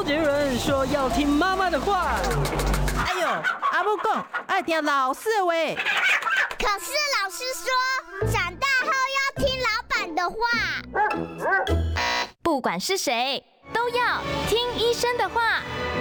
杰伦说要听妈妈的话。 哎呦，阿母讲爱听老师的话。 可是老师说，长大后要听老板的话。 不管是谁，都要听医生的话。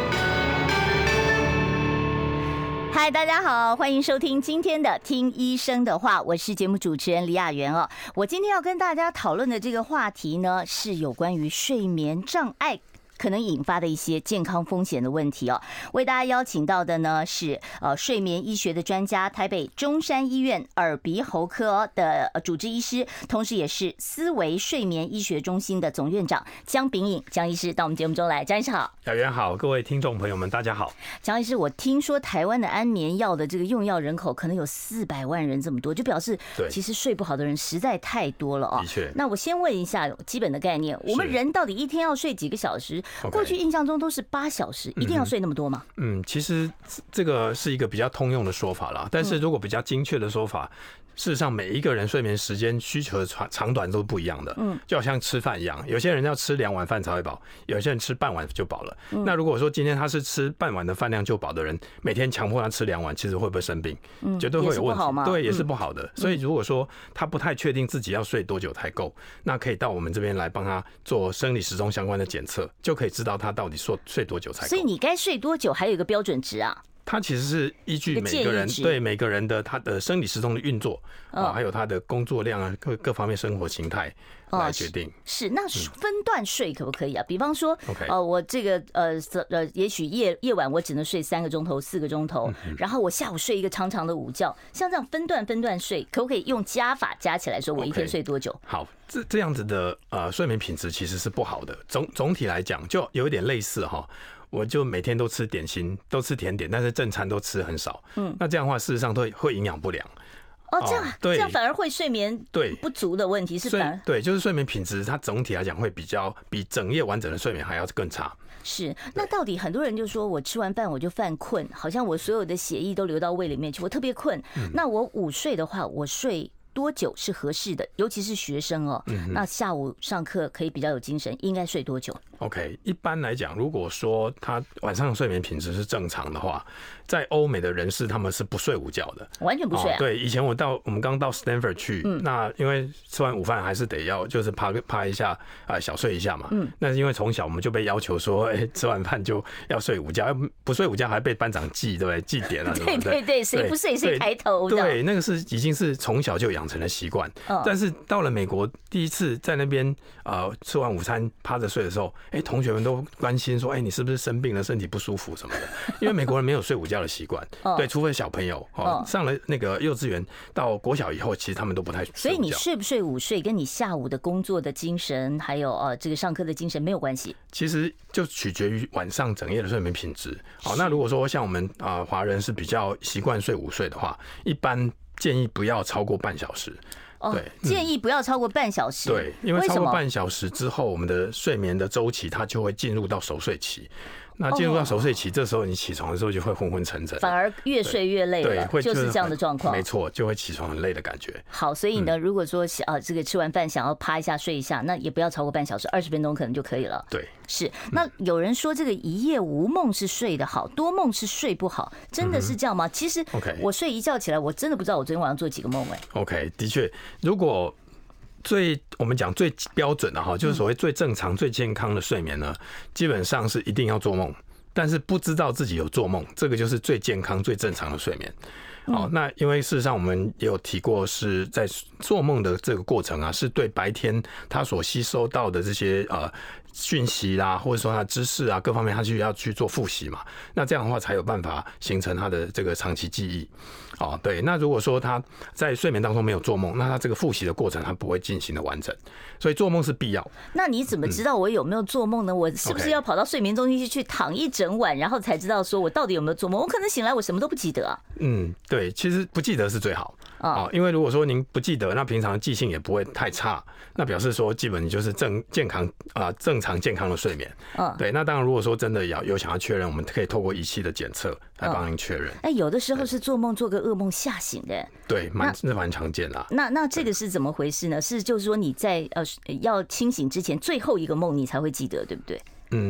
嗨，大家好，欢迎收听今天的听医生的话，我是节目主持人李雅媛哦。我今天要跟大家讨论的这个话题呢，是有关于睡眠障碍可能引发的一些健康风险的问题哦。为大家邀请到的呢是睡眠医学的专家，台北中山医院耳鼻喉科的主治医师，同时也是思维睡眠医学中心的总院长江秉颖江医师到我们节目中来。江医师好。 雅媛好，各位听众朋友们大家好。 江医师，我听说台湾的安眠药的这个用药人口可能有400万人这么多，就表示其实睡不好的人实在太多了哦。 的确。 那我先问一下基本的概念，我们人到底一天要睡几个小时？过去印象中都是8小时，一定要睡那么多吗？ 其实这个是一个比较通用的说法啦，但是如果比较精确的说法，事实上每一个人睡眠时间需求的长短都不一样的，就好像吃饭一样，有些人要吃2碗饭才会饱，有些人吃半碗就饱了。那如果说今天他是吃半碗的饭量就饱的人，每天强迫他吃2碗，其实会不会生病？绝对会有问题。对，也是不好的。所以如果说他不太确定自己要睡多久才够，那可以到我们这边来帮他做生理时钟相关的检测，就可以知道他到底睡多久才够。 所以你该睡多久还有一个标准值啊？ 它其实是依据每个人的他的生理时钟的运作还有他的工作量啊，各方面生活形态来决定。 是那分段睡可不可以啊？比方说，我这个也许夜晚我只能睡3个钟头、4个钟头，然后我下午睡一个长长的午觉，像这样分段睡，可不可以用加法加起来说我一天睡多久？ 好，这样子的睡眠品质其实是不好的。总体来讲，就有一点类似哈。我就每天都吃点心，都吃甜点，但是正餐都吃很少。那这样的话，事实上会营养不良。 这样反而会睡眠不足的问题是反而对，就是睡眠品质，它总体来讲会比整夜完整的睡眠还要更差。 是，那到底很多人就说我吃完饭我就犯困，好像我所有的血液都流到胃里面去，我特别困。那我午睡的话，我睡多久是合适的？尤其是学生哦，那下午上课可以比较有精神，应该睡多久 ？OK， 一般来讲，如果说他晚上的睡眠品质是正常的话，在欧美的人士他们是不睡午觉的， 完全不睡啊。 对，以前我们刚到 Stanford 去，那因为吃完午饭还是得要就是趴一下小睡一下嘛。那因为从小我们就被要求说，吃完饭就要睡午觉，不睡午觉还被班长记，对不对？记点啊， 对，谁不睡谁抬头。 对，那个是已经是从小就养成了习惯。但是到了美国，第一次在那边吃完午餐趴着睡的时候，同学们都关心说，你是不是生病了，身体不舒服什么的？因为美国人没有睡午觉的习惯，对，除非小朋友上了那个幼稚园到国小以后，其实他们都不太睡午觉。 所以你睡不睡午睡，跟你下午的工作的精神，还有这个上课的精神没有关系。 其实就取决于晚上整夜的睡眠品质。好，那如果说像我们华人是比较习惯睡午睡的话，一般建议不要超过半小时。对， 建议不要超过半小时。 对，因为超过半小时之后，我们的睡眠的周期它就会进入到熟睡期。那进入到熟睡期，这时候你起床的时候就会昏昏沉沉， 反而越睡越累了，就是这样的状况。 没错，就会起床很累的感觉。 好，所以呢，如果说这个吃完饭想要趴一下睡一下，那也不要超过半小时，20分钟可能就可以了。 对， 是。那有人说这个一夜无梦是睡得好，多梦是睡不好，真的是这样吗？其实我睡一觉起来，我真的不知道我昨天晚上做几个梦。 OK， 的确，如果我们讲最标准的哈，就是所谓最正常、最健康的睡眠呢，基本上是一定要做梦，但是不知道自己有做梦，这个就是最健康、最正常的睡眠。好，那因为事实上我们也有提过，是在做梦的这个过程啊，是对白天他所吸收到的这些讯息啦，或者说他的知识啊各方面，他就要去做复习嘛。那这样的话才有办法形成他的这个长期记忆。对。那如果说他在睡眠当中没有做梦，那他这个复习的过程他不会进行的完整，所以做梦是必要。 那你怎么知道我有没有做梦呢？我是不是要跑到睡眠中心去躺一整晚，然后才知道说我到底有没有做梦？我可能醒来我什么都不记得啊。 对，其实不记得是最好。因为如果说您不记得，那平常记性也不会太差，那表示说基本你就是正常健康的睡眠。对。那当然，如果说真的有想要确认，我们可以透过仪器的检测来帮您确认。 有的时候是做梦做个噩梦吓醒的。 对，蛮常见啦。 那这个是怎么回事呢？是就是说你在要清醒之前最后一个梦你才会记得，对不对？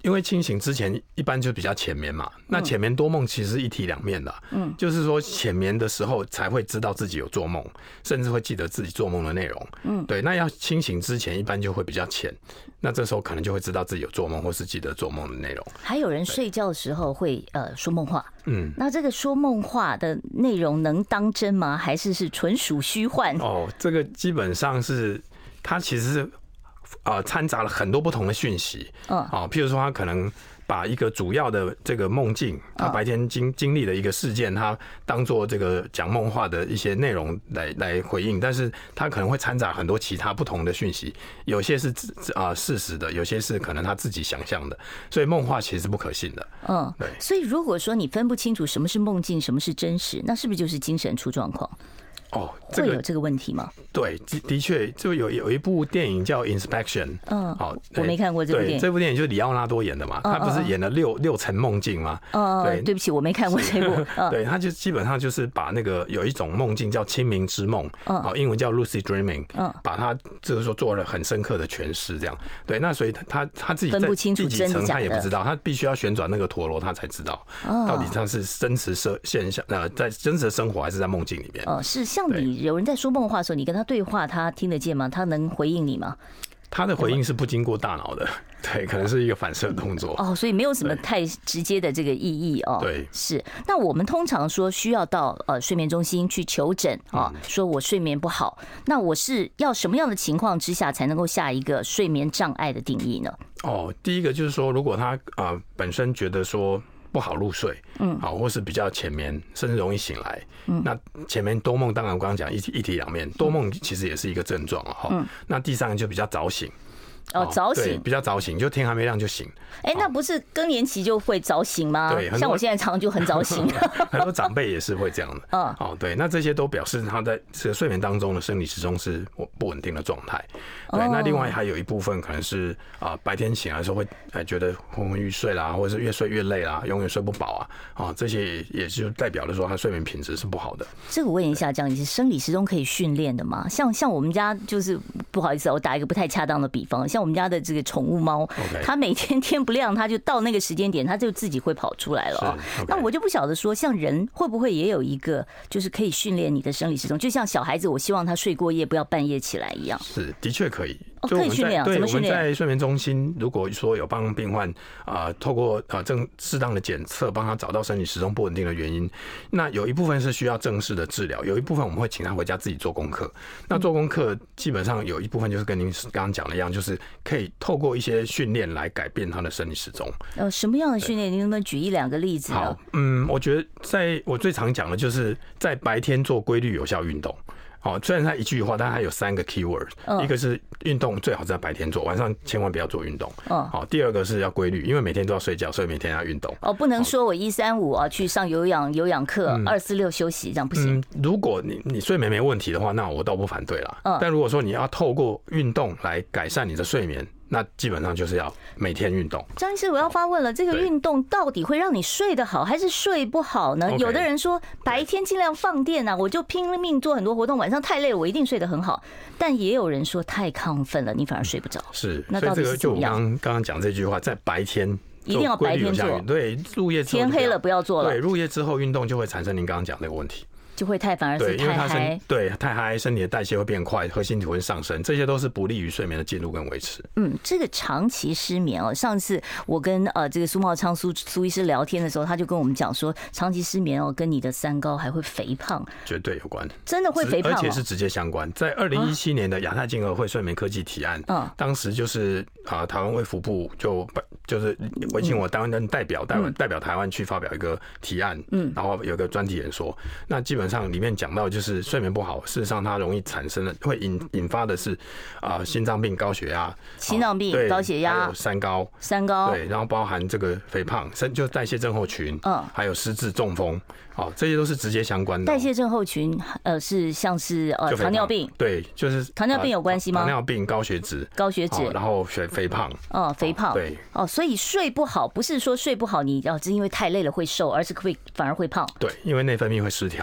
因为清醒之前一般就比较浅眠嘛，那浅眠多梦其实是一体两面的，就是说浅眠的时候才会知道自己有做梦，甚至会记得自己做梦的内容，对，那要清醒之前一般就会比较浅，那这时候可能就会知道自己有做梦或是记得做梦的内容。 还有人睡觉的时候会说梦话，那这个说梦话的内容能当真吗？还是纯属虚幻？哦， 这个基本上是它其实是掺杂了很多不同的讯息，譬如说他可能把一个主要的这个梦境，他白天经历的一个事件，他当做这个讲梦话的一些内容来回应，但是他可能会掺杂很多其他不同的讯息，有些是事实的，有些是可能他自己想象的，所以梦话其实是不可信的。 对。所以如果说你分不清楚什么是梦境，什么是真实，那是不是就是精神出状况？会有这个问题吗？ 对，的确，就有一部电影叫《Inspection》， 我没看过这部电影。 这部电影就是里奥纳多演的嘛，他不是演了六层梦境吗？ 对不起，我没看过这部。 对，他就基本上就是把那个有一种梦境叫清明之梦，英文叫 Lucid Dreaming，把它就是说做了很深刻的诠释，这样。对，那所以他自己分不清楚第几层他也不知道，他必须要旋转那个陀螺，他才知道到底他是真实现象，在真实的生活还是在梦境里面。 是像你有人在说梦话的时候，你跟他对话，他听得见吗？他能回应你吗？ 他的回应是不经过大脑的，对，可能是一个反射动作。 所以没有什么太直接的这个意义哦。 对， 是。那我们通常说需要到睡眠中心去求诊说我睡眠不好，那我是要什么样的情况之下才能够下一个睡眠障碍的定义呢？ 第一个就是说，如果他本身觉得说不好入睡，或是比较浅眠，甚至容易醒来，那前面多梦当然我刚刚讲一体两面，多梦其实也是一个症状那第三个就比较早醒。 早醒， 比较早醒，就天还没亮就醒。 那不是更年期就会早醒吗？ 对， 像我现在常常就很早醒。 很多长辈也是会这样的。对，那这些都表示他在这个睡眠当中的生理时钟是不稳定的状态。对，那另外还有一部分可能是白天醒来的时候会觉得昏昏欲睡啦，或者是越睡越累啦，永远睡不饱这些也就代表了说他睡眠品质是不好的。 这个问一下，江医师，生理时钟可以训练的吗？像我们家就是不好意思，我打一个不太恰当的比方。像我们家的这个宠物猫，它每天不亮，它就到那个时间点，它就自己会跑出来了。那我就不晓得说，像人会不会也有一个，就是可以训练你的生理时钟，就像小孩子，我希望他睡过夜，不要半夜起来一样。 是，的确可以。 可以训练啊？怎么训练？ 我们在睡眠中心，如果说有帮病患透过适当的检测，帮他找到生理时钟不稳定的原因，那有一部分是需要正式的治疗，有一部分我们会请他回家自己做功课。那做功课基本上有一部分就是跟您刚刚讲的一样，就是可以透过一些训练来改变他的生理时钟。 什么样的训练？您能不能举1-2个例子？ 好，我觉得我最常讲的就是在白天做规律有效运动。虽然它一句话，但它有3个 keyword，一个是运动最好在白天做，晚上千万不要做运动。第二个是要规律，因为每天都要睡觉，所以每天要运动。 不能说我135去上有氧课，246休息，这样不行。 如果你睡眠没问题的话，那我倒不反对啦。但如果说你要透过运动来改善你的睡眠，那基本上就是要每天运动。 张医师，我要发问了，这个运动到底会让你睡得好还是睡不好呢？有的人说白天尽量放电我就拼了命做很多活动，晚上太累了，我一定睡得很好。但也有人说太亢奋了，你反而睡不着。 是， 那到底是怎么样？ 所以这个就我刚刚讲这句话，在白天一定要白天做， 对，入夜之后天黑了不要做了。 对，入夜之后运动就会产生您刚刚讲那个问题。 就会反而是太嗨， 对，太嗨，身体的代谢会变快，核心体温上升，这些都是不利于睡眠的进入跟维持。 这个长期失眠上次我跟这个苏茂昌苏医师聊天的时候，他就跟我们讲说，长期失眠跟你的三高还会肥胖， 绝对有关， 真的会肥胖， 而且是直接相关。在2017年的亚太经合会睡眠科技提案，当时就是台湾卫福部就是委请我台湾人代表台湾去发表一个提案，然后有一个专题演说，那基本上里面讲到就是睡眠不好，事实上它容易产生的会引发的是心脏病、高血压、 心脏病、高血压， 还有三高，对，然后包含这个肥胖，就代谢症候群，还有失智、中风，这些都是直接相关的。 代谢症候群是像是糖尿病， 对，就是糖尿病有关系吗？ 糖尿病、高血脂，然后肥胖， 肥胖， 对， 所以睡不好不是说睡不好你是因为太累了会瘦，而是反而会胖， 对，因为内分泌会失调。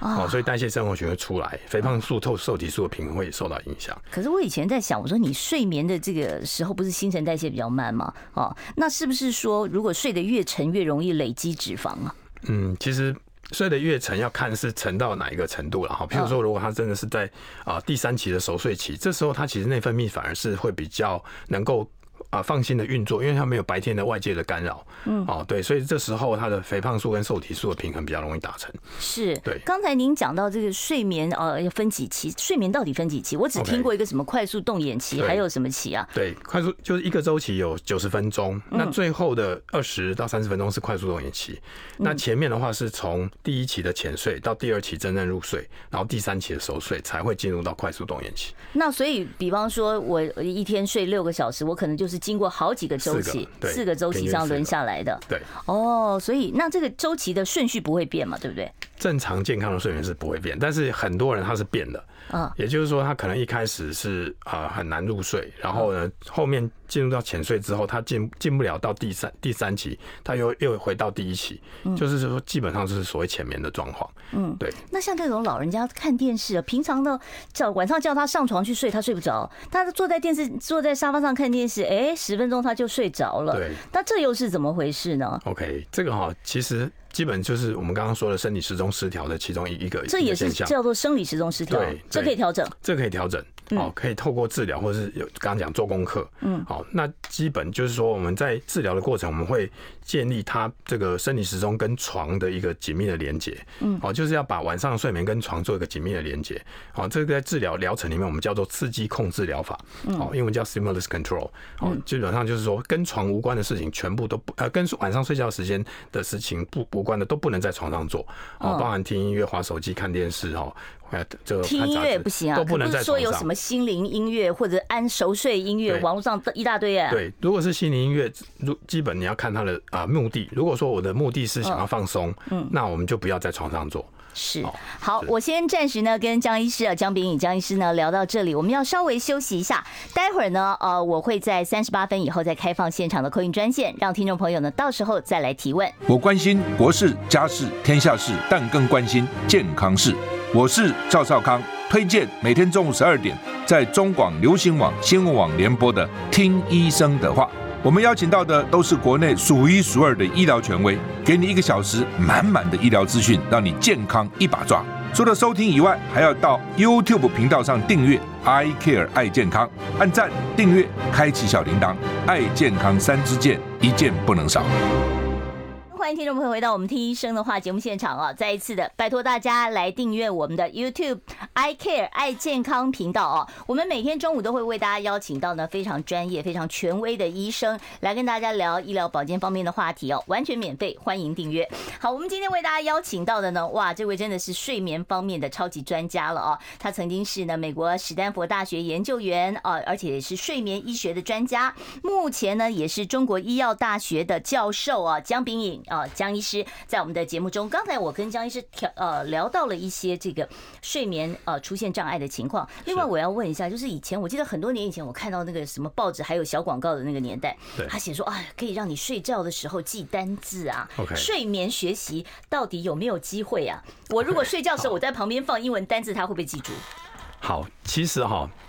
所以代谢症候群会出来，肥胖素、瘦体素的平衡会受到影响。 可是我以前在想，我说你睡眠的这个时候不是新陈代谢比较慢吗？那是不是说如果睡得越沉越容易累积脂肪啊？ 其实睡得越沉要看是沉到哪一个程度了哈。譬如说，如果他真的是在第3期的熟睡期，这时候他其实内分泌反而是会比较能够放心的运作，因为它没有白天的外界的干扰。对，所以这时候它的肥胖素跟瘦体素的平衡比较容易达成。 是， 对。 刚才您讲到这个睡眠要分几期，睡眠到底分几期？我只听过一个什么快速动眼期，还有什么期啊？ 对，快速就是一个周期有90分钟，那最后的20到30分钟是快速动眼期。那前面的话是从第1期的浅睡到第2期真正入睡，然后第3期的熟睡才会进入到快速动眼期。 那所以，比方说我一天睡6个小时，我可能就是经过好几个周期，4个周期这样轮下来的。 对。 所以那这个周期的顺序不会变嘛，对不对？ 正常健康的睡眠是不会变，但是很多人他是变的。也就是说，他可能一开始是很难入睡，然后呢，后面进入到浅睡之后，他进不了到第三期，他又回到第1期，就是说基本上是所谓浅眠的状况。对。 那像这种老人家看电视，平常呢晚上叫他上床去睡，他睡不着，他坐在沙发上看电视，10分钟他就睡着了。 对。 那这又是怎么回事呢 ？OK， 这个其实基本就是我们刚刚说的生理时钟失调的其中一个这也是叫做生理时钟失调。 对， 这可以调整。 这可以调整。可以透过治疗，或者是刚刚讲做功课。那基本就是说我们在治疗的过程，我们会建立他这个生理时钟跟床的一个紧密的连结。就是要把晚上的睡眠跟床做一个紧密的连结。这个在治疗疗程里面，我们叫做刺激控制疗法。英文叫 stimulus control。基本上就是说跟床无关的事情全部都不跟晚上睡觉时间的事情无关的都不能在床上做。包含听音乐、滑手机、看电视。 听音乐不行啊，都不能在床上。说有什么心灵音乐或者安熟睡音乐，网络上一大堆啊。 对，如果是心灵音乐，基本你要看它的目的。如果说我的目的是想要放松，那我们就不要在床上做。 是，好，我先暂时呢跟江医师江秉颖江医师呢聊到这里，我们要稍微休息一下。待会儿呢，我会在38分以后再开放现场的扣印专线，让听众朋友呢到时候再来提问。 我关心国事、家事、天下事，但更关心健康事。我是赵少康，推荐每天中午12点在中广流行网、新闻网联播的《听医生的话》。我们邀请到的都是国内数1数2的医疗权威，给你1个小时满满的医疗资讯，让你健康一把抓。除了收听以外，还要到 YouTube 频道上订阅 I Care 爱健康，按赞、订阅、开启小铃铛，爱健康3支箭，一件不能少。 欢迎听众朋友回到我们听医生的话节目现场再一次的拜托大家来订阅我们的 YouTube I Care 爱健康频道我们每天中午都会为大家邀请到呢非常专业、非常权威的医生来跟大家聊医疗保健方面的话题完全免费，欢迎订阅。好，我们今天为大家邀请到的呢，哇，这位真的是睡眠方面的超级专家了他曾经是呢美国史丹佛大学研究员而且也是睡眠医学的专家，目前呢也是中国医药大学的教授江秉颖江医师在我们的节目中，刚才我跟江医师聊到了一些这个睡眠出现障碍的情况。另外我要问一下，就是以前我记得很多年以前我看到那个什么报纸还有小广告的那个年代，他写说可以让你睡觉的时候记单字睡眠学习到底有没有机会啊？我如果睡觉的时候我在旁边放英文单字，他会不会记住？ 好，其实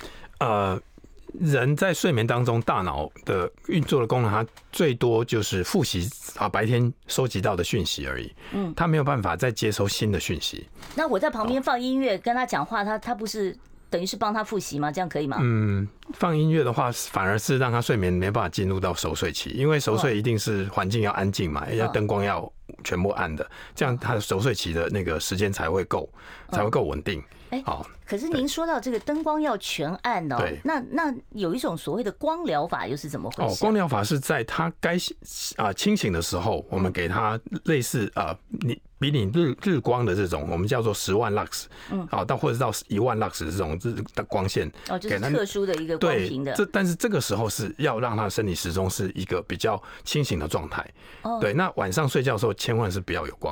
人在睡眠当中，大脑的运作的功能，它最多就是复习白天收集到的讯息而已。他没有办法再接收新的讯息。 那我在旁边放音乐跟他讲话，他不是等于是帮他复习吗？这样可以吗？ 放音乐的话，反而是让他睡眠没办法进入到熟睡期，因为熟睡一定是环境要安静嘛，要灯光要全部暗的，这样他的熟睡期的那个时间才会够稳定。 可是您说到这个灯光要全暗对，那有一种所谓的光疗法又是怎么回事？ 光疗法是在他该清醒的时候，我们给他类似比你日光的这种，我们叫做10万 lux，到或者到1万 lux 这种的光线， 就是特殊的一个光频的。 但是这个时候是要让他的生理时钟是一个比较清醒的状态。对，那晚上睡觉的时候千万是不要有光。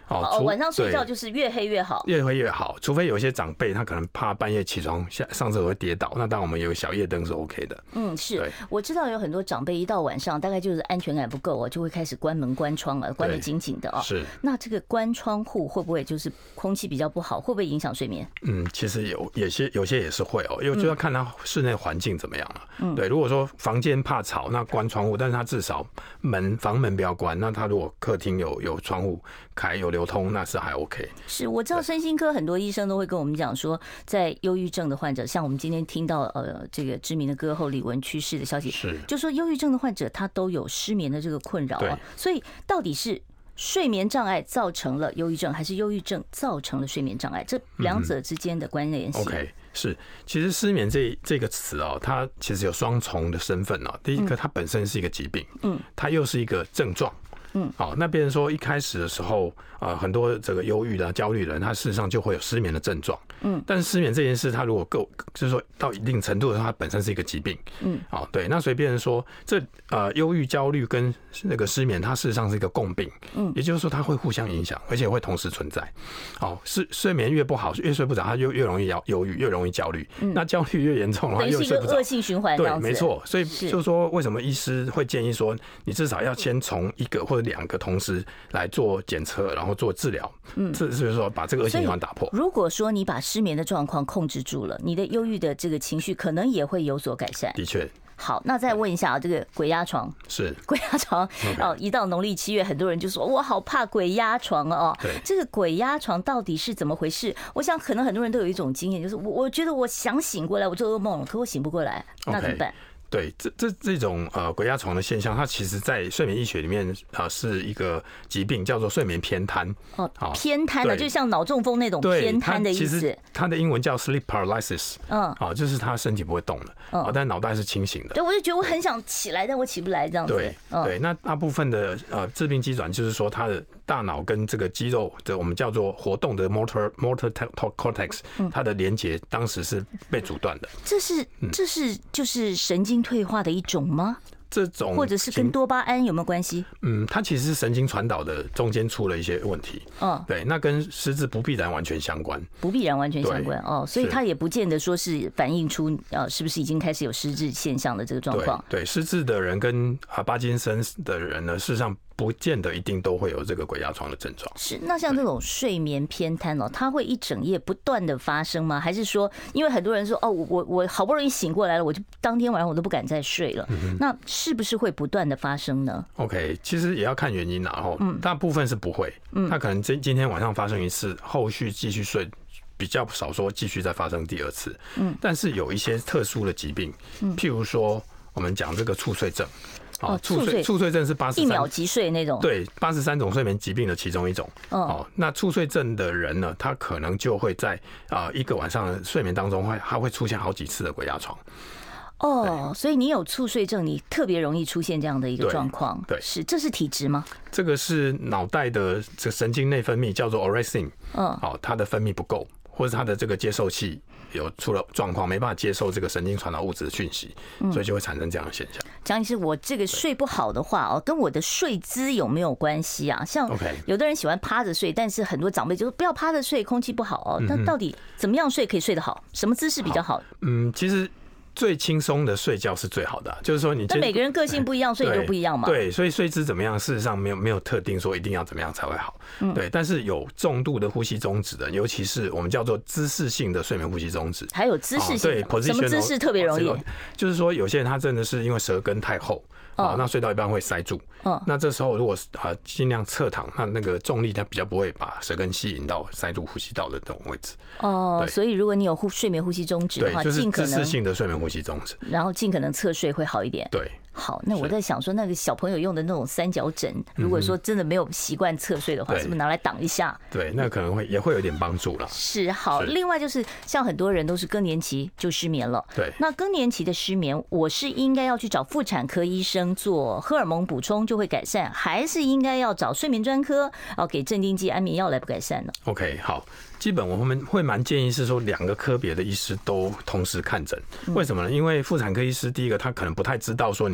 晚上睡觉就是越黑越好， 越黑越好。除非有些长辈他可能怕半夜起床上厕所会跌倒，那当然我们有小夜灯是 OK 的。 是我知道有很多长辈一到晚上大概就是安全感不够就会开始关门关窗关得紧紧的是。 那这个关窗户会不会就是空气比较不好，会不会影响睡眠？ 其实有些也是会因为就要看他室内环境怎么样了。对，如果说房间怕吵，那关窗户，但是他至少房门不要关。那他如果客厅有窗户开有流通，那是还 OK。 是我知道身心科很多医生都会跟我们讲说，在忧郁症的患者，像我们今天听到这个知名的歌后李玟去世的消息， 是就说忧郁症的患者他都有失眠的这个困扰所以到底是睡眠障碍造成了忧郁症，还是忧郁症造成了睡眠障碍？这两者之间的关联性。 OK， 是，其实失眠这个词它其实有双重的身份第一个，它本身是一个疾病，它又是一个症状。那变成说一开始的时候，很多这个忧郁的、焦虑的人，他事实上就会有失眠的症状。但是失眠这件事，它如果就是说到一定程度的时候，它本身是一个疾病。对，那所以变成说，这忧郁、焦虑跟那个失眠，它事实上是一个共病。也就是说，它会互相影响，而且会同时存在。睡眠越不好，越睡不着，它就越容易忧郁，越容易焦虑。那焦虑越严重的话，又睡不着， 是一个恶性循环。 对，没错。所以就是说，为什么医师会建议说，你至少要先从一个或者2个同时来做检测，然后做治疗。这就是说把这个恶性循环打破。 如果说你把失眠的状况控制住了，你的忧郁的这个情绪可能也会有所改善。 的确。 好，那再问一下这个鬼压床是鬼压床一到农历7月，很多人就说我好怕鬼压床这个鬼压床到底是怎么回事？我想可能很多人都有一种经验，就是我觉得我想醒过来，我做噩梦了，可我醒不过来，那怎么办？ 对，这种鬼压床的现象，它其实在睡眠医学里面是一个疾病，叫做睡眠偏瘫。 偏瘫就像脑中风那种偏瘫的意思。 其实它的英文叫 sleep paralysis。就是他身体不会动了，但脑袋是清醒的。 对，我就觉得我很想起来，但我起不来这样子。 对，那大部分的致病机转就是说，他的大脑跟这个肌肉的我们叫做活动的 motor cortex，它的连接当时是被阻断的。 这是就是神经退化的一种吗？ 这种或者是跟多巴胺有没有关系？ 它其实是神经传导的中间出了一些问题。对，那跟失智不必然完全相关，所以它也不见得说是反映出是不是已经开始有失智现象的这个状况。对，失智的人跟巴金森的人呢，事实上不见得一定都会有这个鬼压床的症状。 是，那像这种睡眠偏瘫它会一整夜不断的发生吗？还是说，因为很多人说我好不容易醒过来了，我就当天晚上我都不敢再睡了，那是不是会不断的发生呢 ？OK， 其实也要看原因大部分是不会，他可能今天晚上发生一次，后续继续睡。比较少说继续再发生第2次，但是有一些特殊的疾病，譬如说我们讲这个猝睡症。猝睡症是83 秒即睡那种， 对，83种睡眠疾病的其中一种。那猝睡症的人呢，他可能就会在一个晚上的睡眠当中，他会出现好几次的鬼压床。 所以你有猝睡症，你特别容易出现这样的一个状况。 对， 这是体质吗？ 这个是脑袋的这个神经内分泌叫做 orexin，它的分泌不够，或者它的这个接受器有出了状况，没办法接受这个神经传导物质的讯息，所以就会产生这样的现象。 蒋医师，我这个睡不好的话跟我的睡姿有没有关系啊？像有的人喜欢趴着睡，但是很多长辈就说不要趴着睡，空气不好那到底怎么样睡可以睡得好？什么姿势比较好？ 其实最轻松的睡觉是最好的，就是说但每个人个性不一样，睡都不一样嘛。 对，所以睡姿怎么样，事实上没有特定说一定要怎么样才会好。对，但是有重度的呼吸中止的，尤其是我们叫做姿势性的睡眠呼吸中止， 还有姿势性的， 什么姿势特别容易？ 就是说有些人他真的是因为舌根太厚。那睡到一半会塞住。那这时候如果尽量侧躺，那个重力它比较不会把舌根吸引到塞住呼吸道的这种位置。 所以如果你有睡眠呼吸中止的话， 就是姿势性的睡眠呼吸中止， 然后尽可能侧睡会好一点。 对。 好，那我在想说，那个小朋友用的那种3角枕，如果说真的没有习惯侧睡的话，是不是拿来挡一下？ 对，那可能也会有点帮助了。 是，好。另外就是像很多人都是更年期就失眠了， 对。 那更年期的失眠，我是应该要去找妇产科医生做荷尔蒙补充就会改善，还是应该要找睡眠专科给镇定剂、安眠药来不改善呢 ？OK， 好。基本我们会蛮建议是说2个科别的医师都同时看诊，为什么呢？因为妇产科医师第一个他可能不太知道说你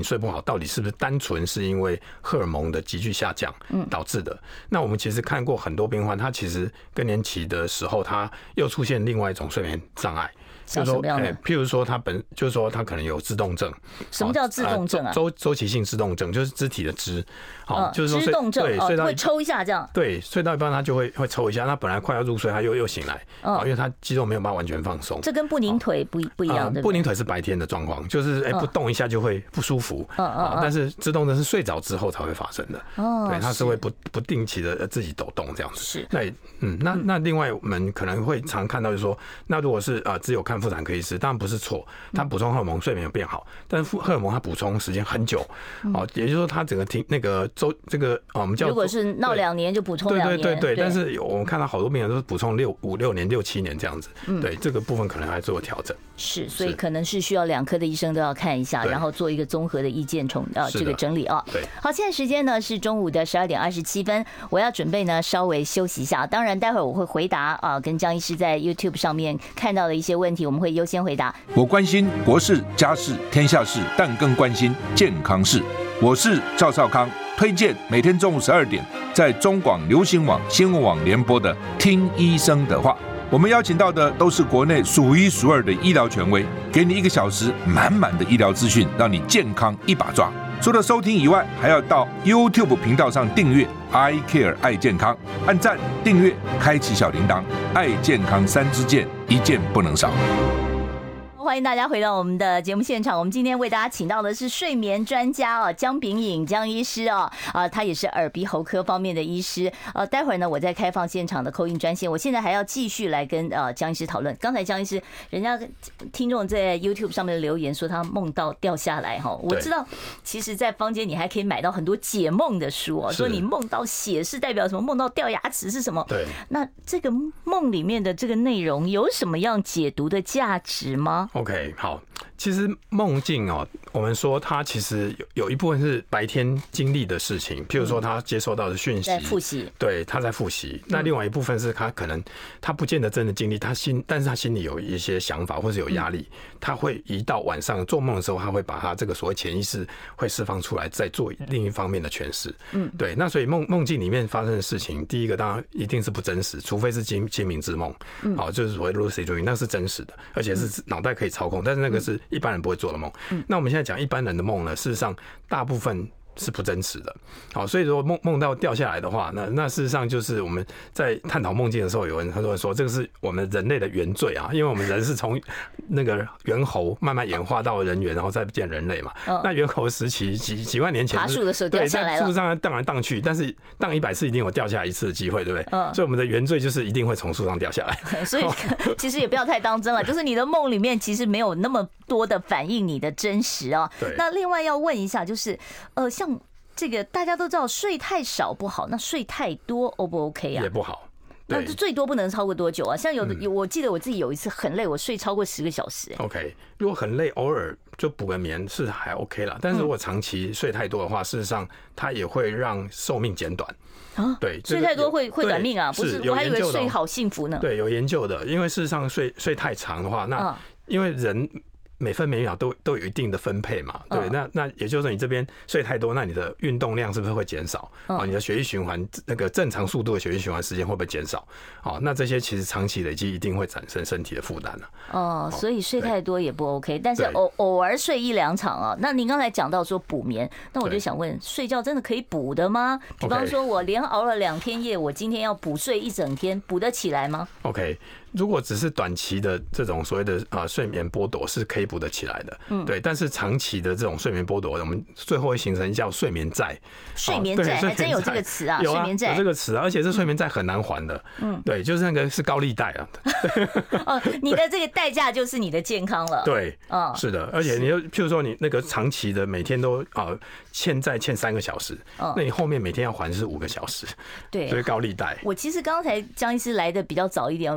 睡不好，到底是不是单纯是因为荷尔蒙的急剧下降导致的？那我们其实看过很多病患，他其实更年期的时候，他又出现另外一种睡眠障碍。 像什么样的？ 譬如说就是说他可能有自动症。 什么叫自动症啊？ 周期性自动症就是肢体的肢， 就是说肢动症， 对，睡到会抽一下这样。 对，睡到一半他就会抽一下，他本来快要入睡，他又醒来，因为他肌肉没有办法完全放松。 这跟不宁腿不一样，对不对？ 不宁腿是白天的状况，就是不动一下就会不舒服，但是自动症是睡着之后才会发生的，对，它是会不定期的自己抖动这样子。 是， 那另外我们可能会常看到就是说，那如果是只有看妇产科医师，当然不是错，他补充荷尔蒙睡眠有变好，但是荷尔蒙他补充时间很久，也就是说他整个我们叫如果是闹2年就补充2年， 对，但是我们看到好多病人都是补充5、6年、6、7年这样子，对，这个部分可能还做调整。 是，所以可能是需要2科的医生都要看一下，然后做一个综合的意见这个整理啊。 对， 好，现在时间呢是中午的12点27分，我要准备呢稍微休息一下。当然，待会儿我会回答跟江医师在 YouTube 上面看到的一些问题，我们会优先回答。 我关心国事、家事、天下事，但更关心健康事。我是赵少康，推荐每天中午12点在中广流行网、新闻网联播的《听医生的话》。我们邀请到的都是国内数一数二的医疗权威，给你1个小时满满的医疗资讯，让你健康一把抓。除了收听以外，还要到 YouTube 频道上订阅 I Care 爱健康，按赞、订阅、开启小铃铛，爱健康3支箭，一件不能少。 欢迎大家回到我们的节目现场。我们今天为大家请到的是睡眠专家江秉颖江医师他也是耳鼻喉科方面的医师。待会儿呢，我再开放现场的 call in 专线。我现在还要继续来跟江医师讨论。刚才江医师，人家听众在 YouTube 上面的留言说他梦到掉下来我知道，其实，在坊间你还可以买到很多解梦的书说你梦到血是代表什么，梦到掉牙齿是什么。 对， 那这个梦里面的这个内容有什么样解读的价值吗 ？OK， 好，其实梦境我们说它其实有一部分是白天经历的事情，譬如说他接收到的讯息， 在复习， 对，他在复习。那另外一部分是他可能他不见得真的经历，但是他心里有一些想法或是有压力，他会移到晚上做梦的时候，他会把他这个所谓潜意识会释放出来，再做另一方面的诠释。对，那所以梦境里面发生的事情，第一个当然一定是不真实，除非是精明之梦，就是所谓 lucid dream， 那是真实的，而且是脑袋可以操控，但是那个是一般人不会做的梦。那我们现在讲一般人的梦呢，事实上大部分是不真实的。好，所以如果梦到掉下来的话，那事实上就是我们在探讨梦境的时候，很多人说这个是我们人类的原罪因为我们人是从那个猿猴慢慢演化到人猿，然后再变人类嘛。那猿猴时期几万年前爬树的时候掉下来了， 在树上荡来荡去，但是荡100次一定有掉下来1次的机会，对不对？所以我们的原罪就是一定会从树上掉下来。 所以其实也不要太当真了，就是你的梦里面其实没有那么多的反映你的真实对。 那另外要问一下，就是像这个大家都知道睡太少不好，那睡太多 O 不 OK 啊？ 也不好。 那最多不能超过多久啊？像我记得我自己有一次很累，我睡超过10个小时。 OK， 如果很累，偶尔就补个眠是还 OK 啦。但是如果长期睡太多的话，事实上它也会让寿命减短。对， 睡太多会短命啊？不是，我还以为睡好幸福呢。 对，有研究的，因为事实上睡太长的话，那因为人每分每秒都有一定的分配嘛，对，那也就是说你这边睡太多，那你的运动量是不是会减少？你的血液循环那个正常速度的血液循环时间会不会减少？那这些其实长期累积一定会产生身体的负担了。 所以睡太多也不 OK， 但是偶尔睡1、2场那您刚才讲到说补眠，那我就想问，睡觉真的可以补的吗？比方说我连熬了2天夜，我今天要补睡1整天，补得起来吗 ？OK。如果只是短期的这种所谓的睡眠剥夺是可以补得起来的，对。但是长期的这种睡眠剥夺，我们最后会形成叫睡眠债。 睡眠债还真有这个词啊，睡眠债有这个词而且这睡眠债很难还的，对，就是那个是高利贷你的这个代价就是你的健康了。 对，是的，而且你就譬如说你那个长期的每天都欠债欠3个小时，那你后面每天要还是5个小时，对，所以高利贷。 我其实刚才江医师来的比较早一点，我在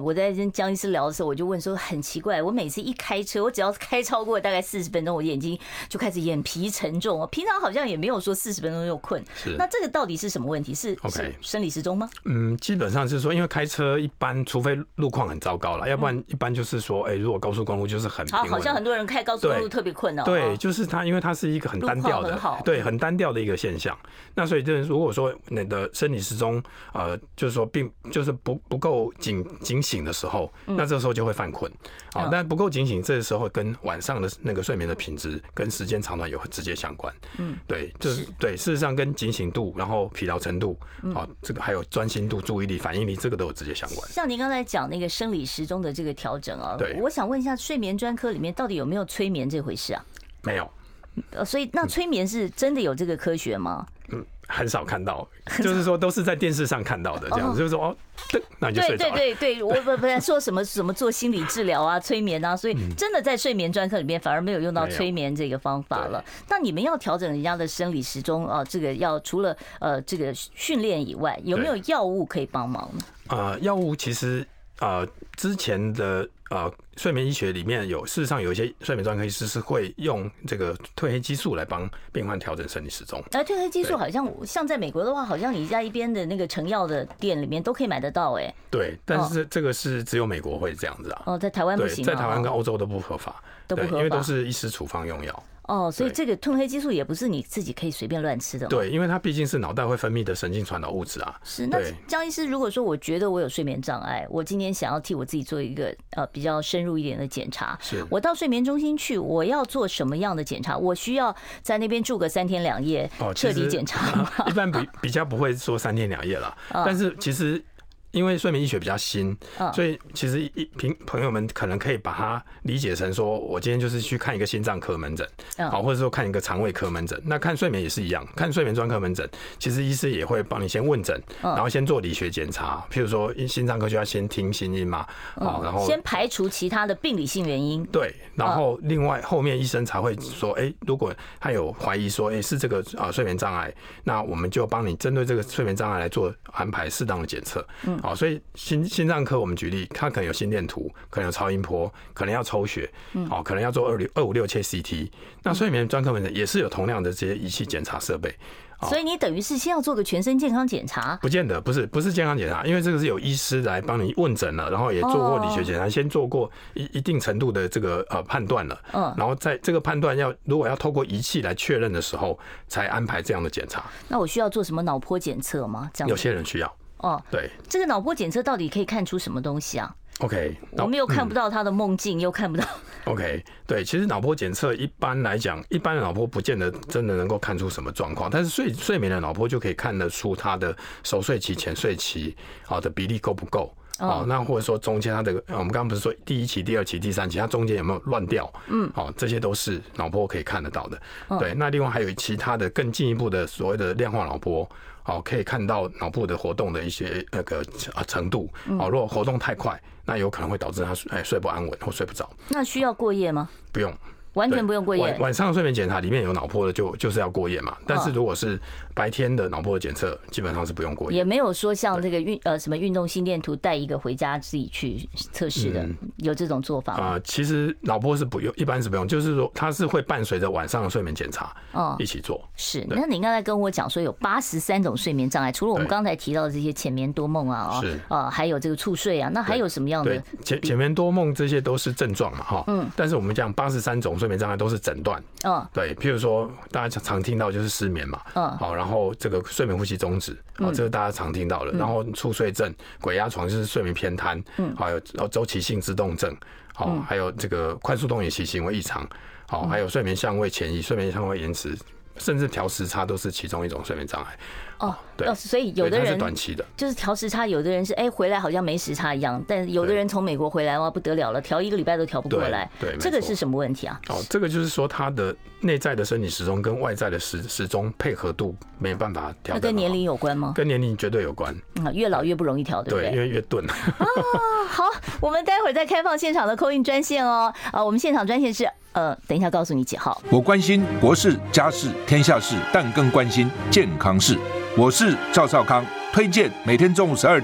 跟江医师聊的时候，我就问说很奇怪，我每次一开车，我只要开超过大概40分钟，我眼睛就开始眼皮沉重。平常好像也没有说40分钟就困。那这个到底是什么问题？是生理时钟吗？ 基本上是说，因为开车一般，除非路况很糟糕了，要不然一般就是说，如果高速公路就是很平稳。 好像很多人开高速公路特别困哦。 对，就是它，因为它是一个很单调的，对，很单调的一个现象。那所以如果说你的生理时钟，就是说就是不够警醒的时候，那这个时候就会犯困。但不够警醒，这个时候跟晚上的那个睡眠的品质跟时间长短有直接相关。对，就是对，事实上跟警醒度，然后疲劳程度，这个还有专心度、注意力、反应力，这个都有直接相关。 像您刚才讲那个生理时钟的这个调整啊， 对， 我想问一下，睡眠专科里面到底有没有催眠这回事啊？ 没有。 所以那催眠是真的有这个科学吗？ 很少看到，就是说都是在电视上看到的这样子，就是说那你就睡着了。 对，我不然说什么做心理治疗啊、催眠啊，所以真的在睡眠专科里面反而没有用到催眠这个方法了。那你们要调整人家的生理时钟啊，这个要除了这个训练以外，有没有药物可以帮忙呢？ 药物其实之前的睡眠医学里面事实上有一些睡眠专科医师是会用这个褪黑激素来帮病患调整生理时钟。褪黑激素好像在美国的话，好像你在一边的那个成药的店里面都可以买得到对，但是这个是只有美国会这样子啊。 在台湾不行。 在台湾跟欧洲都不合法，因为都是医师处方用药。 所以这个褪黑激素也不是你自己可以随便乱吃的。 对，因为它毕竟是脑袋会分泌的神经传导物质啊。 是。那江医师，如果说我觉得我有睡眠障碍，我今天想要替我自己做一个比较深入一点的检查，我到睡眠中心去，我要做什么样的检查？我需要在那边住个3天2夜，彻底检查吗？ 一般比较不会说3天2夜啦，但是其实。因为睡眠医学比较新，所以其实朋友们可能可以把它理解成说，我今天就是去看一个心脏科门诊，或者说看一个肠胃科门诊。那看睡眠也是一样，看睡眠专科门诊，其实医师也会帮你先问诊，然后先做理学检查。譬如说心脏科就要先听心音嘛，然后先排除其他的病理性原因。 对，然后另外后面医生才会说，如果他有怀疑说，是这个睡眠障碍，那我们就帮你针对这个睡眠障碍来做安排适当的检测。所以心脏科我们举例，他可能有心电图，可能有超音波，可能要抽血，可能要做256切 CT。那睡眠专科门诊也是有同样的这些仪器检查设备。 所以你等于是先要做个全身健康检查？ 不见得，不是健康检查，因为这个是有医师来帮你问诊了，然后也做过理学检查，先做过一定程度的这个判断了，然后在这个判断如果要透过仪器来确认的时候，才安排这样的检查。 那我需要做什么脑波检测吗？这样有些人需要。对， 这个脑波检测到底可以看出什么东西啊 ？OK， 我们又看不到他的梦境，又看不到。 OK， 对，其实脑波检测一般来讲，一般的脑波不见得真的能够看出什么状况，但是睡眠的脑波就可以看得出他的熟睡期、浅睡期的比例够不够。那或者说中间它的我们刚刚不是说第1期、第2期、第3期，它中间有没有乱掉？这些都是脑波可以看得到的。对，那另外还有其他的更进一步的所谓的量化脑波。可以看到脑部的活动的一些那个程度。如果活动太快，那有可能会导致他睡不安稳或睡不着。 那需要过夜吗？ 不用。 完全不用过夜。 晚上的睡眠检查里面有脑波的就是要过夜嘛。但是如果是白天的脑波的检测，基本上是不用过夜。 也没有说像这个什么运动心电图带一个回家自己去测试的，有这种做法吗？ 其实脑波是不用，一般是不用，就是说它是会伴随着晚上的睡眠检查一起做。 是。那您刚才跟我讲说有83种睡眠障碍，除了我们刚才提到的这些浅眠多梦啊，还有这个猝睡啊，那还有什么样的？ 浅眠多梦这些都是症状嘛，但是我们讲83种睡眠障碍都是诊断。对，譬如说大家常听到就是失眠嘛，然后这个睡眠呼吸中止，这个大家常听到了，然后猝睡症、鬼压床就是睡眠偏瘫，还有周期性自动症，还有这个快速动眼期行为异常，还有睡眠相位前移、睡眠相位延迟，甚至调时差都是其中一种睡眠障碍。对， 所以有的人是短期的， 就是调时差，有的人是回来好像没时差一样，但有的人从美国回来哇不得了了，调1个礼拜都调不过来。 对， 这个是什么问题啊？ 这个就是说他的内在的生理时钟跟外在的时钟配合度没办法调。 那跟年龄有关吗？ 跟年龄绝对有关。 越老越不容易调，对不对？ 对，因为越钝。 好，我们待会儿再开放现场的call in专线哦。我们现场专线是等一下告诉你几号。 我关心国事、家事、天下事，但更关心健康事。我是赵少康，推荐每天中午12点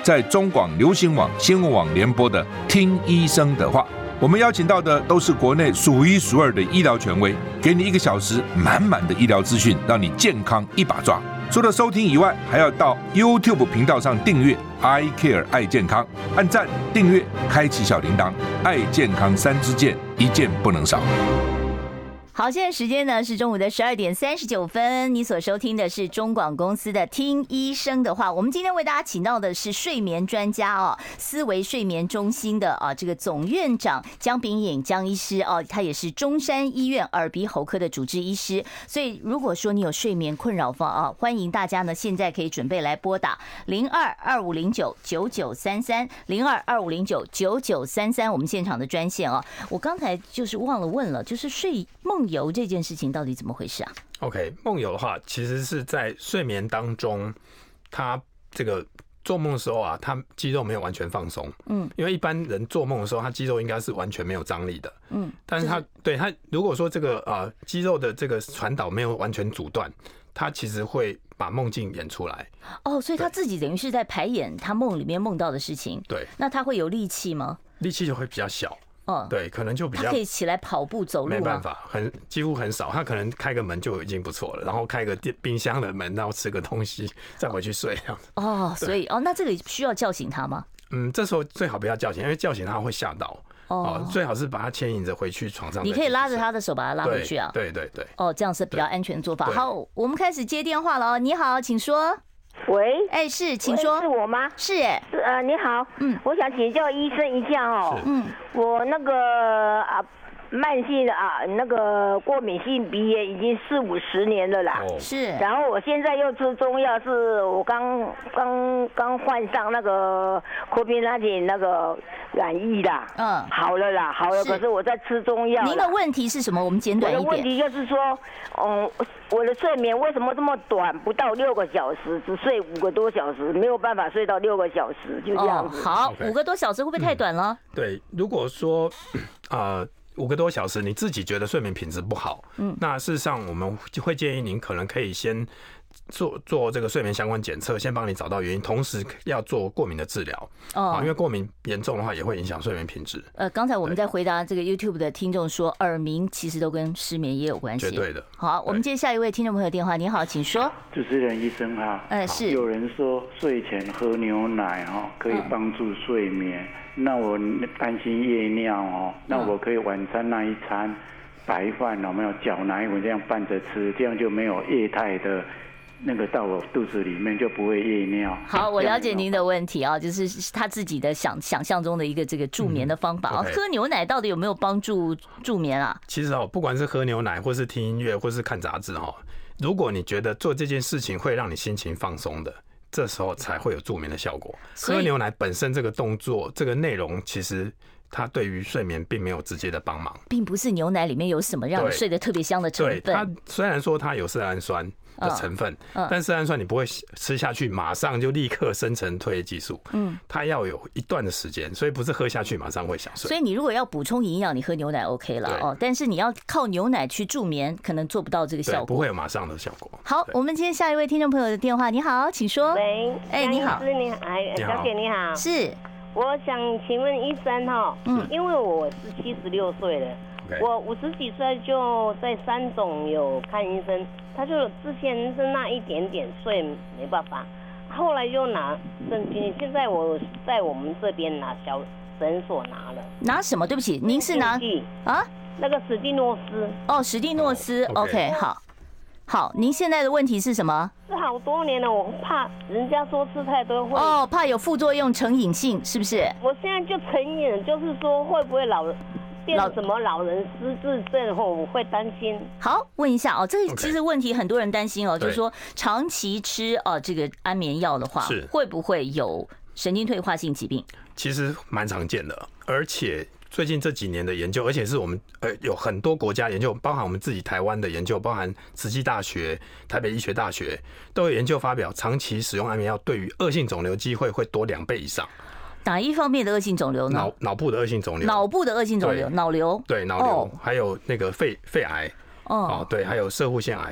在中广流行网、新闻网联播的《听医生的话》。我们邀请到的都是国内数一数二的医疗权威，给你1个小时满满的医疗资讯，让你健康一把抓。除了收听以外，还要到 YouTube 频道上订阅 I Care 爱健康，按赞、订阅、开启小铃铛，爱健康3支箭，一件不能少。 好，现在时间呢是中午的12点39分，你所收听的是中广公司的听医生的话。我们今天为大家请到的是睡眠专家哦，思维睡眠中心的这个总院长江秉颖江医师哦，他也是中山医院耳鼻喉科的主治医师。所以如果说你有睡眠困扰方欢迎大家呢现在可以准备来拨打02-2509-9933 02-2509-9933我们现场的专线哦。我刚才就是忘了问了，就是睡梦游这件事情到底怎么回事啊 ？OK， 梦游的话，其实是在睡眠当中，他这个做梦的时候啊，他肌肉没有完全放松。因为一般人做梦的时候，他肌肉应该是完全没有张力的。但是他如果说这个肌肉的这个传导没有完全阻断，他其实会把梦境演出来。 所以他自己等于是在排演他梦里面梦到的事情。对，那他会有力气吗？ 力气就会比较小。对，可能就比较他可以起来跑步走路吗？ 没办法，几乎很少。他可能开个门就已经不错了，然后开个冰箱的门，然后吃个东西，再回去睡这样子。 所以那这个需要叫醒他吗？ 这时候最好不要叫醒，因为叫醒他会吓到。最好是把他牵引着回去床上。 你可以拉着他的手把他拉回去啊。 对。 这样是比较安全的做法。好，我们开始接电话了哦。你好，请说。 喂， 是，请说。 是我吗？ 是， 你好，我想请教医生一下哦。我那个慢性那个过敏性鼻炎已经40-50年了啦。 是。 然后我现在又吃中药，是我刚换上那个COVID-19那个染疫啦。好了啦，好了。可是我在吃中药。 您的问题是什么？我们简短一点。 我的问题就是说，我的睡眠为什么这么短？不到6个小时，只睡5个多小时，没有办法睡到6个小时，就这样子。 好，5个多小时会不会太短了？ 对，如果说5个多小时，你自己觉得睡眠品质不好，那事实上我们会建议您可能可以先做这个睡眠相关检测，先帮你找到原因，同时要做过敏的治疗。因为过敏严重的话也会影响睡眠品质。 刚才我们在回答这个 YouTube 的听众说，耳鸣其实都跟失眠也有关系。 绝对的。 好，我们接下一位听众朋友电话。你好，请说。 主持人医生好。 是。 有人说睡前喝牛奶可以帮助睡眠。那我担心夜尿那我可以晚餐那一餐白饭有没有搅奶粉这样拌着吃，这样就没有液态的那个到我肚子里面，就不会夜尿。 好，我了解您的问题就是他自己的想象中的一个这个助眠的方法。喝牛奶到底有没有帮助助眠啊？ 其实不管是喝牛奶，或是听音乐，或是看杂志如果你觉得做这件事情会让你心情放松的，这时候才会有助眠的效果。喝牛奶本身这个动作，这个内容其实它对于睡眠并没有直接的帮忙， 并不是牛奶里面有什么让你睡得特别香的成分。 对，它虽然说它有色氨酸的成分，但色氨酸你不会吃下去马上就立刻生成褪黑激素，它要有一段的时间，所以不是喝下去马上会想睡。 所以你如果要补充营养，你喝牛奶 OK 了但是你要靠牛奶去助眠，可能做不到这个效果， 不会有马上的效果。 好，我们接下一位听众朋友的电话。你好，请说。 喂， 你好， 小姐你好， 是， 我想请问医生因为我是76岁了。我50几岁就在3总有看医生，他就之前是那一点点睡没办法，后来就拿圣经，现在我在我们这边拿小诊所拿了。 拿什么？对不起，您是拿那个史蒂诺斯。 史蒂诺斯。OK， 好，您现在的问题是什么？ 是好多年了，我怕人家说吃太多会怕有副作用成瘾性，是不是？ 我现在就成瘾，就是说会不会变什么老人失智症后，我会担心。 好，问一下这个其实问题很多人担心就是说长期吃这个安眠药的话，会不会有神经退化性疾病？ 其实蛮常见的，而且最近这几年的研究，而且是我们有很多国家研究，包含我们自己台湾的研究，包含慈济大学、台北医学大学都有研究发表，长期使用安眠药对于恶性肿瘤机会会多2倍以上。 哪一方面的恶性肿瘤呢？ 脑部的恶性肿瘤。 脑部的恶性肿瘤，脑瘤。 对，脑瘤，还有那个肺癌。对，还有攝護腺癌。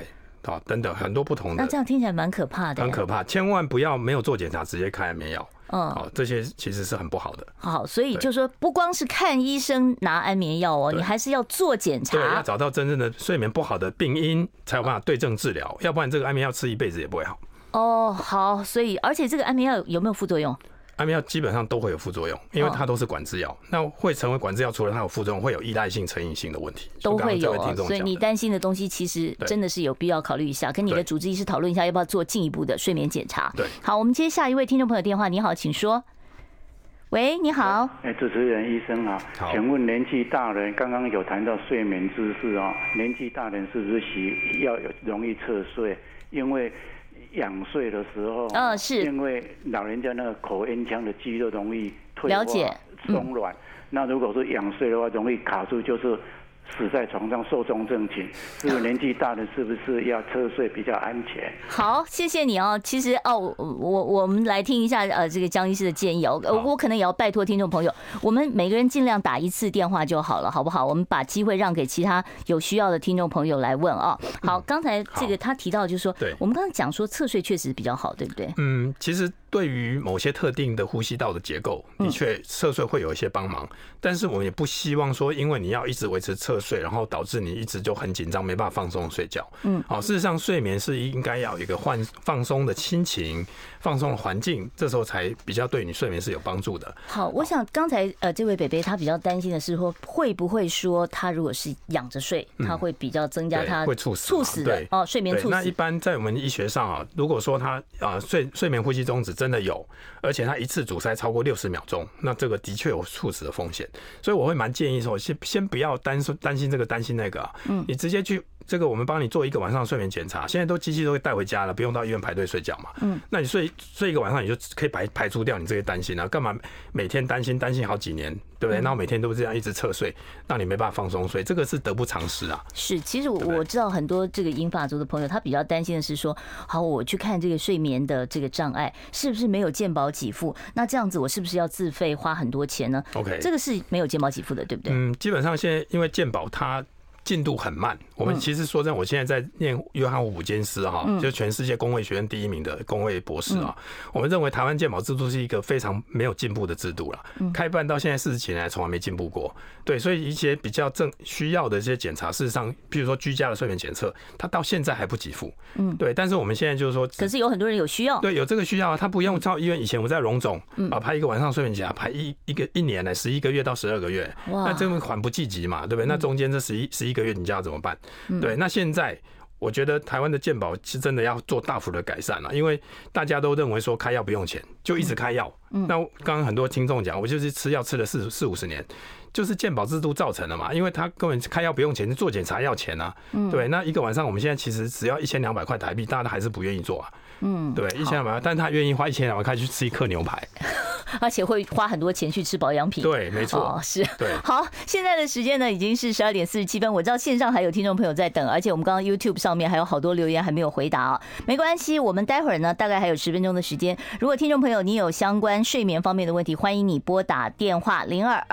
等等很多不同的。 那这样听起来蛮可怕的， 很可怕，千万不要没有做检查直接开安眠药。这些其实是很不好的。 好，所以就说不光是看医生拿安眠药哦，你还是要做检查， 对，要找到真正的睡眠不好的病因，才有办法对症治疗，要不然这个安眠药吃一辈子也不会好。 好，所以而且这个安眠药有没有副作用？ 安眠药基本上都会有副作用，因为它都是管制药。那会成为管制药，除了它有副作用，会有依赖性、成瘾性的问题， 都会有。所以你担心的东西，其实真的是有必要考虑一下，跟你的主治医师讨论一下，要不要做进一步的睡眠检查。 对， 好，我们接下一位听众朋友电话。你好，请说。喂，你好。 主持人医生好，请问年纪大人刚刚有谈到睡眠姿势哦，年纪大人是不是要容易侧睡？因为仰睡的时候， 是因为老人家那个口咽腔的肌肉容易退化、松软。那如果是仰睡的话，容易卡住，就是死在床上寿终正寝。是不是年纪大的是不是要侧睡比较安全？ 好，谢谢你哦。其实我们来听一下这个江医师的建议哦。我可能也要拜托听众朋友，我们每个人尽量打一次电话就好了，好不好？我们把机会让给其他有需要的听众朋友来问啊。好，刚才这个他提到就是说，我们刚刚讲说侧睡确实比较好，对不对？ 其实对于某些特定的呼吸道的结构，的确侧睡会有一些帮忙，但是我们也不希望说，因为你要一直维持侧睡，然后导致你一直就很紧张，没办法放松睡觉。事实上睡眠是应该要有一个放松的心情、放松的环境，这时候才比较对你睡眠是有帮助的。 好，我想刚才这位北北他比较担心的是说，会不会说他如果是仰着睡，他会比较增加他会猝死的睡眠猝死。 那一般在我们医学上如果说他睡眠呼吸中止真的有，而且他一次阻塞超过60秒钟，那这个的确有猝死的风险。所以我会蛮建议说，先不要担心这个担心那个你直接去这个我们帮你做1个晚上的睡眠检查，现在机器都会带回家了，不用到医院排队睡觉嘛。那你睡1个晚上，你就可以排除掉你这些担心啊，干嘛每天担心好几年，对不对？然后每天都这样一直侧睡，让你没办法放松睡，这个是得不偿失啊。 是，其实我知道很多这个银发族的朋友，他比较担心的是说，好，我去看这个睡眠的这个障碍，是不是没有健保给付？那这样子我是不是要自费花很多钱呢 ？OK， 这个是没有健保给付的，对不对？ 基本上现在因为健保它进度很慢，我们其实说真的，我现在在念约翰霍普金斯就是全世界公卫学院第1名的公卫博士我们认为台湾健保制度是一个非常没有进步的制度了，开办到现在40几年来从来没进步过。对，所以一些比较需要的这些检查，事实上，譬如说居家的睡眠检测，它到现在还不给付。对，但是我们现在就是说， 可是有很多人有需要， 对，有这个需要，他不用到医院。以前我在荣总排1个晚上睡眠检查，排一年呢，11个月到12个月，那这个缓不济急嘛，对不对？那中间这11个月你就要怎么办？对，那现在我觉得台湾的健保是真的要做大幅的改善了，因为大家都认为说开药不用钱，就一直开药。那刚刚很多听众讲，我就是吃药吃了40-50年，就是健保制度造成的嘛，因为他根本开药不用钱，做检查要钱啊。对，那1个晚上我们现在其实只要1200块台币，大家还是不愿意做啊。对，1200块，但他愿意花1200块去吃1克牛排， 而且会花很多钱去吃保养品。 对，没错， 是。 对， 好，现在的时间呢已经是12点47分，我知道线上还有听众朋友在等，而且我们刚刚 YouTube 上面还有好多留言还没有回答没关系，我们待会儿呢大概还有10分钟的时间，如果听众朋友你有相关睡眠方面的问题，欢迎你拨打电话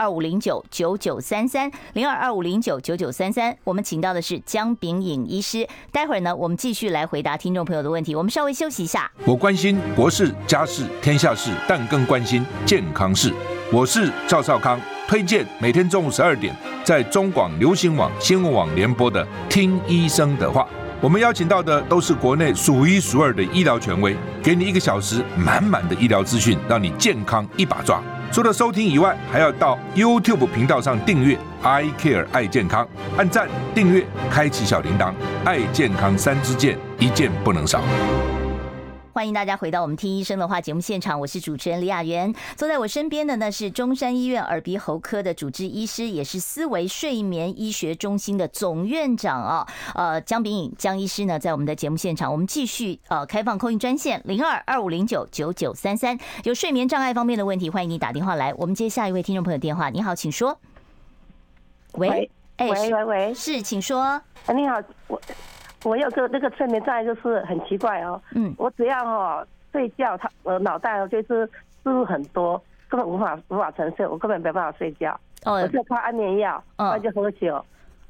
0225099933 0225099933，我们请到的是江秉颖医师，待会儿呢我们继续来回答听众朋友的问题，我们稍微休息一下。 我关心国事、家事、天下事，但更关心健康事。我是赵少康，推荐每天中午12点在中广流行网、新闻网联播的《听医生的话》。我们邀请到的都是国内数1数2的医疗权威，给你1个小时满满的医疗资讯，让你健康一把抓。除了收听以外，还要到 YouTube 频道上订阅 I Care 爱健康，按赞、订阅、开启小铃铛，爱健康3支箭，一件不能少。 欢迎大家回到我们听医生的话节目现场，我是主持人李雅媛，坐在我身边的呢是中山医院耳鼻喉科的主治医师，也是思维睡眠医学中心的总院长江秉颖江医师呢，在我们的节目现场，我们继续开放call in专线0225099933，有睡眠障碍方面的问题，欢迎你打电话来。我们接下一位听众朋友电话，你好，请说。喂， 喂， 是，请说。 你好，我有个那个睡眠障碍，就是很奇怪我只要睡觉，我脑袋就是思路很多，根本无法沉睡，我根本没办法睡觉。我就靠安眠药，那就喝酒。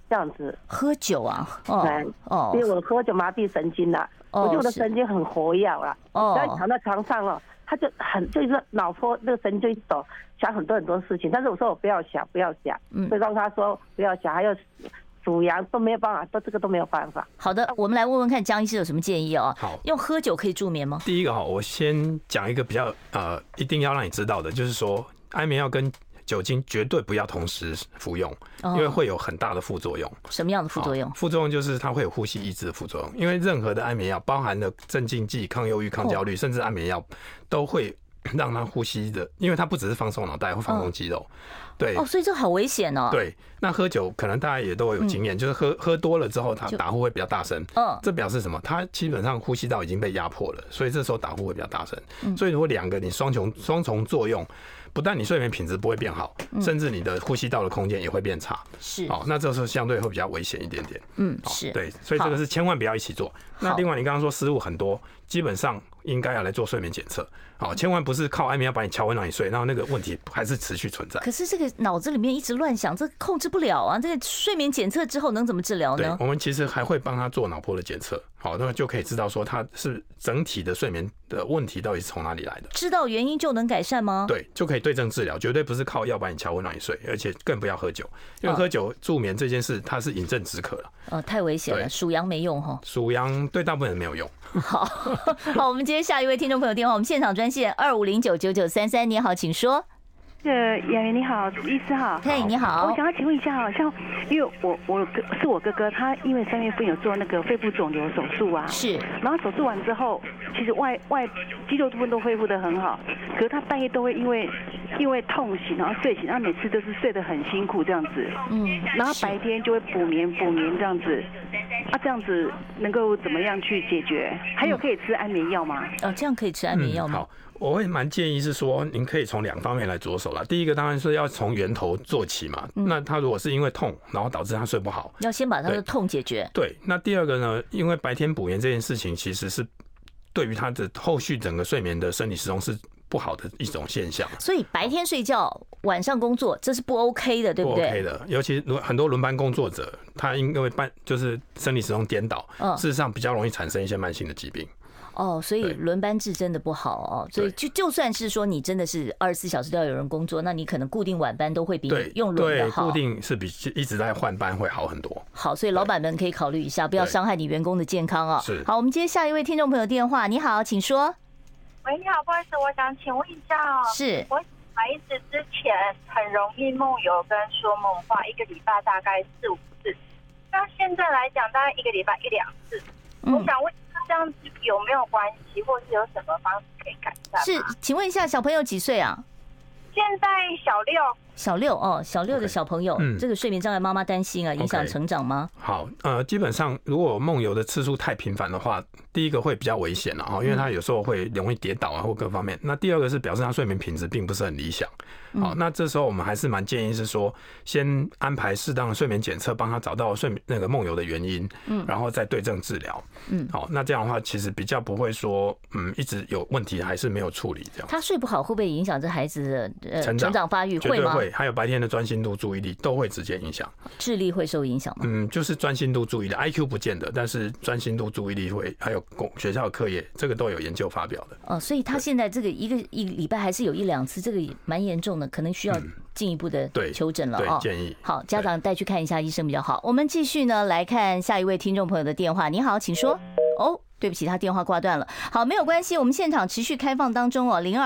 这样子。 喝酒啊？ 哦，因为我喝酒麻痹神经了，我觉得我的神经很活跃了。只要躺在床上哦，他就是脑波那个神经就一直抖，想很多事情。但是我说我不要想，所以让他说不要想，还有数羊都没有办法，这个都没有办法。 好的，我们来问问看江医师有什么建议哦。 好， 用喝酒可以助眠吗？ 第一个我先讲一个比较一定要让你知道的，就是说安眠药跟酒精绝对不要同时服用，因为会有很大的副作用。 什么样的副作用？ 副作用就是它会有呼吸抑制的副作用，因为任何的安眠药，包含了镇静剂、抗忧郁、抗焦虑，甚至安眠药都会让他呼吸的，因为它不只是放松脑袋，会放松肌肉。对所以这好危险哦。 对，那喝酒可能大家也都有经验，就是喝多了之后，他打呼会比较大声。这表示什么？他基本上呼吸道已经被压迫了，所以这时候打呼会比较大声。所以如果两个你双重作用，不但你睡眠品质不会变好，甚至你的呼吸道的空间也会变差。 是， 那这时候相对会比较危险一点点。 是对，所以这个是千万不要一起做。那另外你刚刚说失误很多，基本上应该要来做睡眠检测。千万不是靠安眠药把你敲昏让你睡，然后那个问题还是持续存在。 可是这个脑子里面一直乱想，这控制不了啊！这个睡眠检测之后能怎么治疗呢？ 对，我们其实还会帮他做脑波的检测，那就可以知道说他是整体的睡眠的问题到底是从哪里来的。 知道原因就能改善吗？ 对，就可以对症治疗，绝对不是靠药把你敲昏让你睡，而且更不要喝酒，因为喝酒助眠这件事它是饮鸩止渴了。 太危险了，数羊没用哈。 数羊对大部分人没有用。 好，我们接下一位听众朋友电话，我们现场专线25099933，你好，请说。 雅媛你好，医师好。 嘿，你好。 我想要请问一下，好像因为我哥哥，他因为3月份有做那个肺部肿瘤手术啊， 是。 然后手术完之后，其实外肌肉部分都恢复得很好，可是他半夜都会因为痛醒，然后睡醒，他每次都是睡得很辛苦这样子。然后白天就会补眠这样子。这样子能够怎么样去解决？还有可以吃安眠药吗？ 这样可以吃安眠药吗？ 好，我会蛮建议是说，您可以从2方面来着手啦。第一个当然是要从源头做起嘛。那他如果是因为痛，然后导致他睡不好， 要先把他的痛解决。 对。那第二个呢，因为白天补眠这件事情，其实是对于他的后续整个睡眠的生理时钟是不好的一种现象。 所以白天睡觉，晚上工作，这是不 OK 的，对不对？ 不 OK 的，尤其很多轮班工作者，他因为就是生理时钟颠倒，事实上比较容易产生一些慢性的疾病。 所以轮班制真的不好哦。所以就算是说你真的是24小时都要有人工作，那你可能固定晚班都会比你用轮的好。 对，固定是比一直在换班会好很多。 好，所以老板们可以考虑一下，不要伤害你员工的健康啊。 是。 好，我们接下一位听众朋友电话，你好，请说。 喂，你好，不好意思，我想请问一下是我孩子之前很容易梦游跟说梦话，1个礼拜大概4-5次，那现在来讲大概1个礼拜1-2次。我想问这样子有没有关系，或是有什么方式可以改善？ 是，请问一下小朋友几岁啊？ 现在小6。 小6的小朋友，这个睡眠障碍妈妈担心啊，影响成长吗？ 好，基本上如果梦游的次数太频繁的话，第一个会比较危险因为他有时候会容易跌倒或各方面。那第二个是表示他睡眠品质并不是很理想。好，那这时候我们还是蛮建议是说，先安排适当的睡眠检测，帮他找到那个梦游的原因，然后再对症治疗。好，那这样的话其实比较不会说，一直有问题还是没有处理这样。 他睡不好会不会影响这孩子的成长发育？ 会吗？会，还有白天的专心度、注意力都会直接影响。 智力会受影响吗？ 就是专心度、注意力 ，IQ 不见得，但是专心度、注意力会，还有学校的课业，这个都有研究发表的。 所以他现在这个一个礼拜还是有1-2次，这个蛮严重的，可能需要进一步的求诊了对，建议好，家长带去看一下医生比较好。我们继续呢来看下一位听众朋友的电话。你好，请说。对不起，他电话挂断了。好，没有关系，我们现场持续开放当中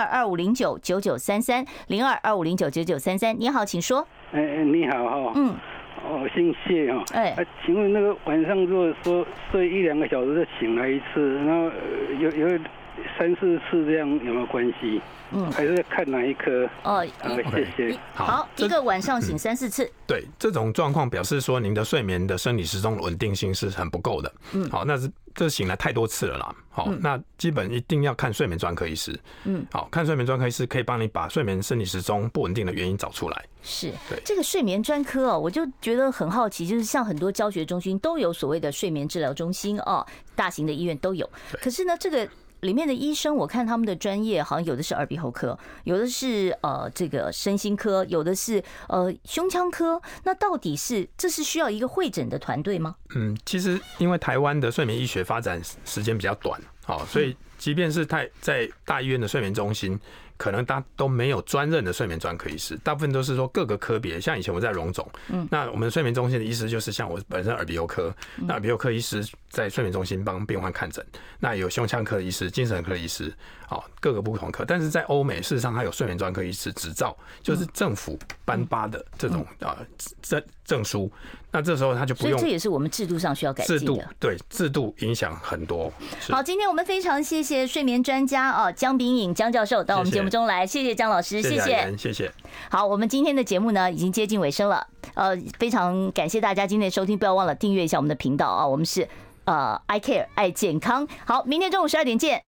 0225099933，0225099933。你好，请说。 你好姓谢请问那个晚上如果说睡1-2个小时就醒来一次，然后有3-4次这样有没有关系？还是看哪一科？谢谢。 好，一个晚上醒3-4次。 对，这种状况表示说您的睡眠的生理时钟稳定性是很不够的。好，那这醒来太多次了啦。好，那基本一定要看睡眠专科医师。好，看睡眠专科医师可以帮你把睡眠生理时钟不稳定的原因找出来。 是，对这个睡眠专科我就觉得很好奇，就是像很多教学中心都有所谓的睡眠治疗中心大型的医院都有。可是呢，这个里面的医生，我看他们的专业好像有的是耳鼻喉科，有的是这个身心科，有的是胸腔科。那到底这是需要一个会诊的团队吗？ 其实因为台湾的睡眠医学发展时间比较短，所以即便是在大医院的睡眠中心，可能大家都没有专任的睡眠专科医师，大部分都是说各个科别。像以前我在荣总，那我们睡眠中心的医师就是像我本身耳鼻喉科，那耳鼻喉科医师在睡眠中心帮病患看诊，那有胸腔科的医师、精神科的医师，各个不同科。但是在欧美，事实上它有睡眠专科医师执照，就是政府颁发的这种证书。那这时候他就不用， 所以这也是我们制度上需要改进的。 对，制度影响很多。 好，今天我们非常谢谢睡眠专家江秉颖江教授到我们节目中来，谢谢江老师，谢谢， 谢谢。 好，我们今天的节目呢已经接近尾声了，非常感谢大家今天的收听，不要忘了订阅一下我们的频道啊，我们是I Care 爱健康。好，明天中午12点见。